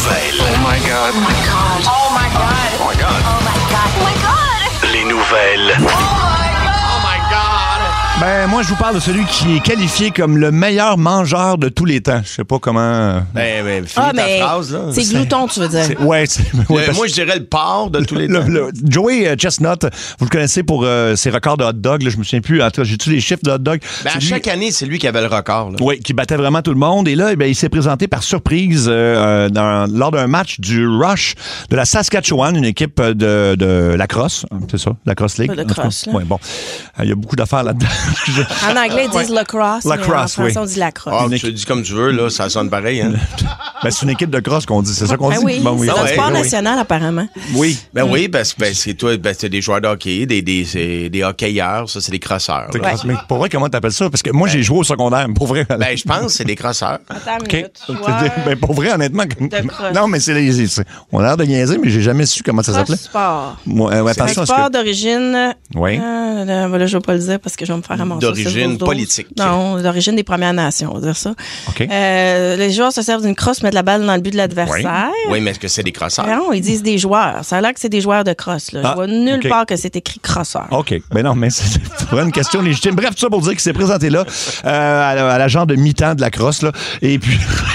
nouvelles. Oh my God. Oh my God. Oh my God. Oh my God. Oh my God. Les nouvelles. Oh my God. Ben, moi, je vous parle de celui qui est qualifié comme le meilleur mangeur de tous les temps. Je sais pas comment... Ben, finis ta phrase, là. C'est glouton, tu veux dire. Ouais, Moi, je dirais le porc de tous les temps. Joey Chestnut, vous le connaissez pour ses records de hot dog. Là, je me souviens plus. J'ai-tu les chiffres de hot dog? Ben, à chaque année, c'est lui qui avait le record. Là. Oui, qui battait vraiment tout le monde. Et là, il s'est présenté par surprise lors d'un match du Rush de la Saskatchewan, une équipe de lacrosse. C'est ça, lacrosse league. De crosse, là. Ouais, bon. Il y a beaucoup d'affaires là-dedans. En anglais, ils disent lacrosse. Lacrosse, mais en français, oui. on dit lacrosse. Ah, tu le dis comme tu veux, là, ça sonne pareil. Hein? Ben, c'est une équipe de crosse qu'on dit, c'est ça qu'on dit? Oui, Bon, c'est un sport oui. national, apparemment. Oui. Ben oui, parce que c'est toi, c'est des joueurs de hockey, des hockeyeurs, ça, c'est des crosseurs. là. Mais pour vrai, comment t'appelles ça? Parce que moi, j'ai joué au secondaire, pour vrai. Ben, je pense que c'est des crosseurs. Attends une OK. minute. Joueur Ben, pour vrai, honnêtement. de crosse. Non, mais on a l'air de niaiser, mais j'ai jamais su comment ça s'appelait. Sport. Ouais, C'est un attention à ce sport que... d'origine... Oui. Là, je vais pas le dire parce que je vais me faire ramasser. D'origine politique. Non, d'origine des Premières Nations, on va dire ça. OK. Les joueurs se servent d'une crosse, mettent la balle dans le but de l'adversaire. Oui, mais est-ce que c'est des crosseurs? Non, ils disent des joueurs. Ça a l'air que c'est des joueurs de crosse. Là. Je vois nulle part que c'est écrit crosseur. OK. Ben non, mais c'est vraiment une question légitime. Bref, tout ça pour dire qu'il s'est présenté là, à la genre de mi-temps de la crosse, là. Et puis...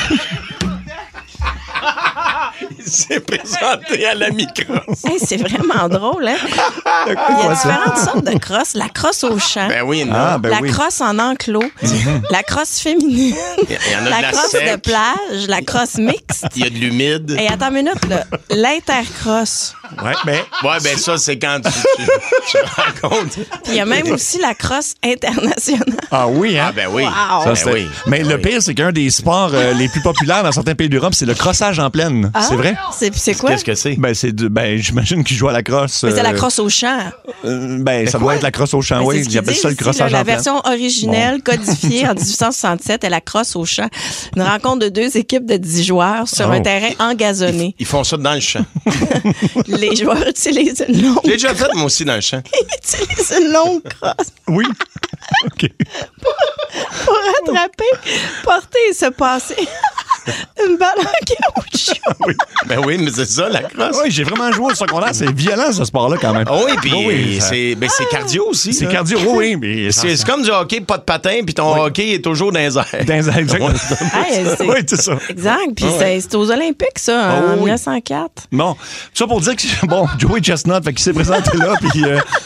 Il s'est présenté à la microsse. Hey, c'est vraiment drôle, hein? Il y a différentes sortes de crosses. La crosse au champ. Ben oui, non. La crosse en enclos, la crosse féminine, Il y en a de la la crosse sec. de plage, la crosse mixte. Il y a de l'humide. Et attends une minute, là. L'intercrosse. Ouais, mais... Ouais, ben ça, c'est quand tu rencontres. Puis il y a même aussi la crosse internationale. Ah oui, hein? Ah, ben oui. Wow. Ça, Ben c'était- oui. Mais le pire, c'est qu'un des sports les plus populaires dans certains pays d'Europe, c'est le crossage en plaine. C'est vrai? C'est quoi? Qu'est-ce que c'est? Ben, j'imagine qu'ils jouent à la crosse. Mais c'est la crosse au champ. Ben, ça doit être la crosse au champ, Ben, oui. c'est ce Ils qu'ils appellent disent ça le ici, crossage là, en la plaine. version originelle, codifiée en 1867, est la crosse au champ. Une rencontre de deux équipes de 10 joueurs sur un terrain engazonné. Ils font ça dans le champ. Les joueurs utilisent une longue... J'ai déjà fait, moi aussi, dans le champ. Ils utilisent une longue crosse Oui. OK. pour attraper, porter et se passer une balle en caoutchouc. Oui. Ben oui, mais c'est ça, la crosse. Oui, j'ai vraiment joué au secondaire. C'est violent, ce sport-là, quand même. Ah oui, puis Oui, ça- c'est cardio aussi. C'est là. cardio, oui, mais... C'est comme du hockey, pas de patin, puis ton hockey est toujours dans les airs. Exactement. Hey, c'est- Oui, c'est ça. Exact. Puis c'est aux Olympiques, ça, en oui. 1904. Bon, tout ça pour dire que, bon, Joey Chestnut, fait qu'il s'est présenté là, puis...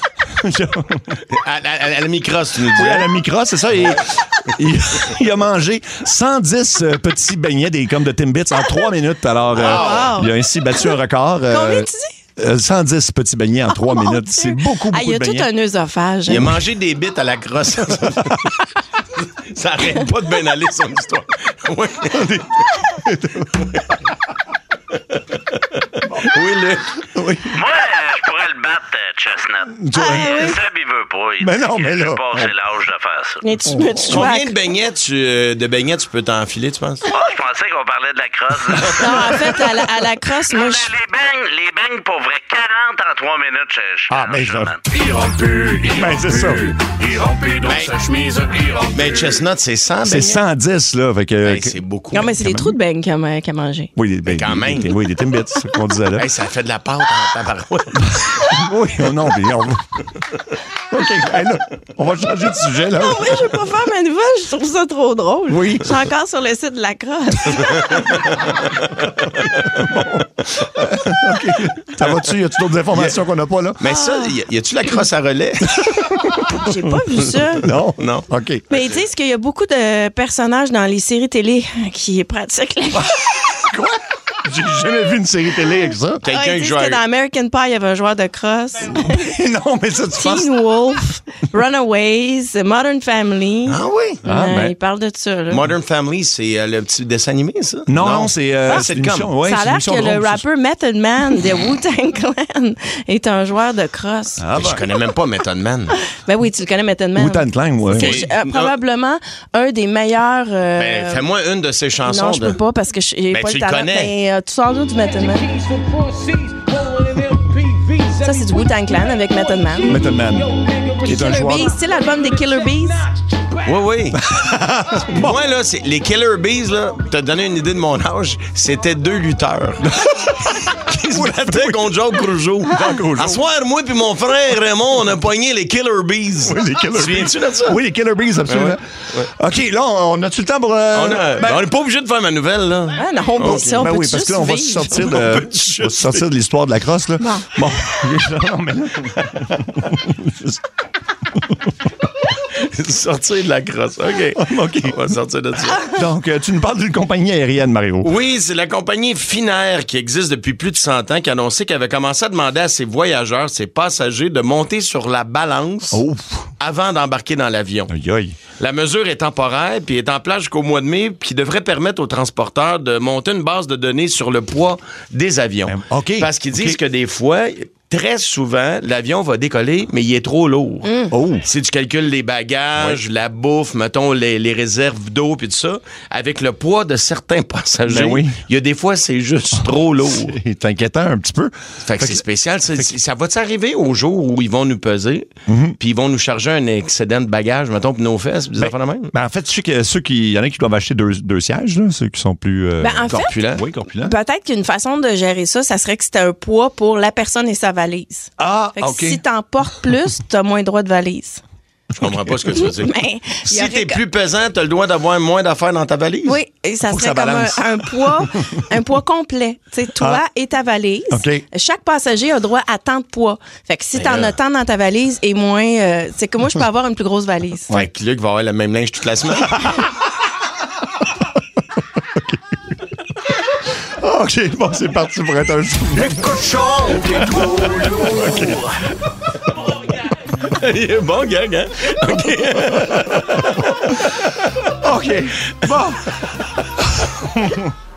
À la microsse, tu nous dis. Oui, à la micro, c'est ça. Et il a mangé 110 petits beignets, comme de Timbits, en 3 minutes. Alors, il a ainsi battu un record. Combien tu dis? 110 petits beignets en 3 minutes. Dieu. C'est beaucoup Ah, il y a de tout beignets. un œsophage. Il a hein. mangé des bites à la crosse. Ça arrête pas de bien aller, son histoire. Oui. Oui, Luc. Oui. Moi, je pourrais le battre, Chestnut. Ah, Seb, il veut pas. Il Mais dit non, qu'il mais là, a passé l'âge de faire ça. Mais tu me Combien de beignets tu peux t'enfiler, tu penses? Ah, je pensais qu'on parlait de la crosse. Non, en fait, à la crosse, moi, je... Les beignes, pour vrai, 40 en 3 minutes, Ah, ben, je... Il rentre plus, il Ben, rentre c'est ça. plus. Il rentre plus dans sa chemise, il rentre Ben, Chestnut, c'est 100 C'est beignets. 110, là. Fait que, Ben, c'est beaucoup. Non, mais c'est des trous de beigne qu'il a mangé. oui, quand même. Oui, des Timbits, c'est ce qu'on disait là. Hey, ça fait de la pâte en tabarouette. Oui, non, mais on va... OK, hey, là, on va changer de sujet, là. Non, mais je vais pas faire ma nouvelle, je trouve ça trop drôle. Oui. Je suis encore sur le site de la crosse. Ça va-tu? Y a-tu d'autres informations qu'on n'a pas, là? Mais ça, y a-tu la crosse à relais? J'ai pas vu ça. Non? Non. OK. Mais ils disent qu'il y a beaucoup de personnages dans les séries télé qui pratiquent la... Quoi? J'ai jamais vu une série télé avec ça. Quelqu'un ils qui disent joue que à... dans American Pie, il y avait un joueur de crosse. Non, mais ça, tu penses... Teen Wolf, Runaways, Modern Family. Ah oui? Ils parlent de ça. Là. Modern Family, c'est le petit dessin animé, ça? Non, c'est c'est une comme- émission. Ouais, ça a c'est une l'air émission que le drôle, ça. rapper Method Man de Wu-Tang Clan est un joueur de crosse. Ah, Je connais même pas Method Man. Ben oui, tu le connais, Method Man. Wu-Tang Clan, ouais. C'est probablement un des meilleurs... Ben, fais-moi une de ses chansons. non, je peux pas parce que j'ai Ben, pas tu le le talent. connais. Mais tu sors d'où du Method Man? Ça, c'est du Wu-Tang Clan avec Method Man. Method Man, qui est un Killer joueur... Bees, tu sais l'album des Killer Bees? Oui. Moi, là, les Killer Bees, là, pour te donner une idée de mon âge, c'était 2 lutteurs. Qui se battaient contre Jacques Rougeau. À soir, moi puis mon frère Raymond, on a pogné les Killer Bees. Oui, les Killer Bees. Tu viens-tu de ça? Oui, les Killer Bees, absolument. Ouais. OK, là, on a-tu le temps pour... On n'est pas obligé de faire ma nouvelle, là. Ah non, on peut ça, on Ben peut oui, parce que là, on va se sortir de l'histoire de la crosse, là. Bon. Non, mais là... Sortir de la crosse. OK. On va sortir de ça. Donc, tu nous parles d'une compagnie aérienne, Mario. Oui, c'est la compagnie Finnair qui existe depuis plus de 100 ans qui a annoncé qu'elle avait commencé à demander à ses voyageurs, ses passagers, de monter sur la balance avant d'embarquer dans l'avion. Aïe, aïe. La mesure est temporaire puis est en place jusqu'au mois de mai puis devrait permettre aux transporteurs de monter une base de données sur le poids des avions. OK. Parce qu'ils disent que des fois... Très souvent, l'avion va décoller, mais il est trop lourd. Si tu calcules les bagages, la bouffe, mettons, les réserves d'eau puis tout ça, avec le poids de certains passagers, il y a des fois, c'est juste trop lourd. C'est inquiétant un petit peu. Fait que c'est spécial. Ça va-tu arriver au jour où ils vont nous peser, puis ils vont nous charger un excédent de bagages, mettons, pour nos fesses, des affaires de même? En fait, tu sais que il y en a qui doivent acheter deux sièges, là, ceux qui sont plus corpulents. Oui, corpulents. Peut-être qu'une façon de gérer ça serait que c'était un poids pour la personne et sa valise. Ah, fait que OK. si t'emportes plus, t'as moins droit de valise. Je comprends pas ce que tu veux dire. Mais, si t'es plus pesant, t'as le droit d'avoir moins d'affaires dans ta valise? Oui, et ça Faut serait que ça comme balance. un poids complet. Tu sais, toi et ta valise. OK. Chaque passager a droit à tant de poids. Fait que si t'en as tant dans ta valise et moins... c'est que moi, je peux avoir une plus grosse valise. Fait que Luc va avoir le même linge toute la semaine. OK, bon, c'est parti pour être un souvenir. Le cochon, c'est trop lourd. Il est bon, gang, hein? OK. Bon.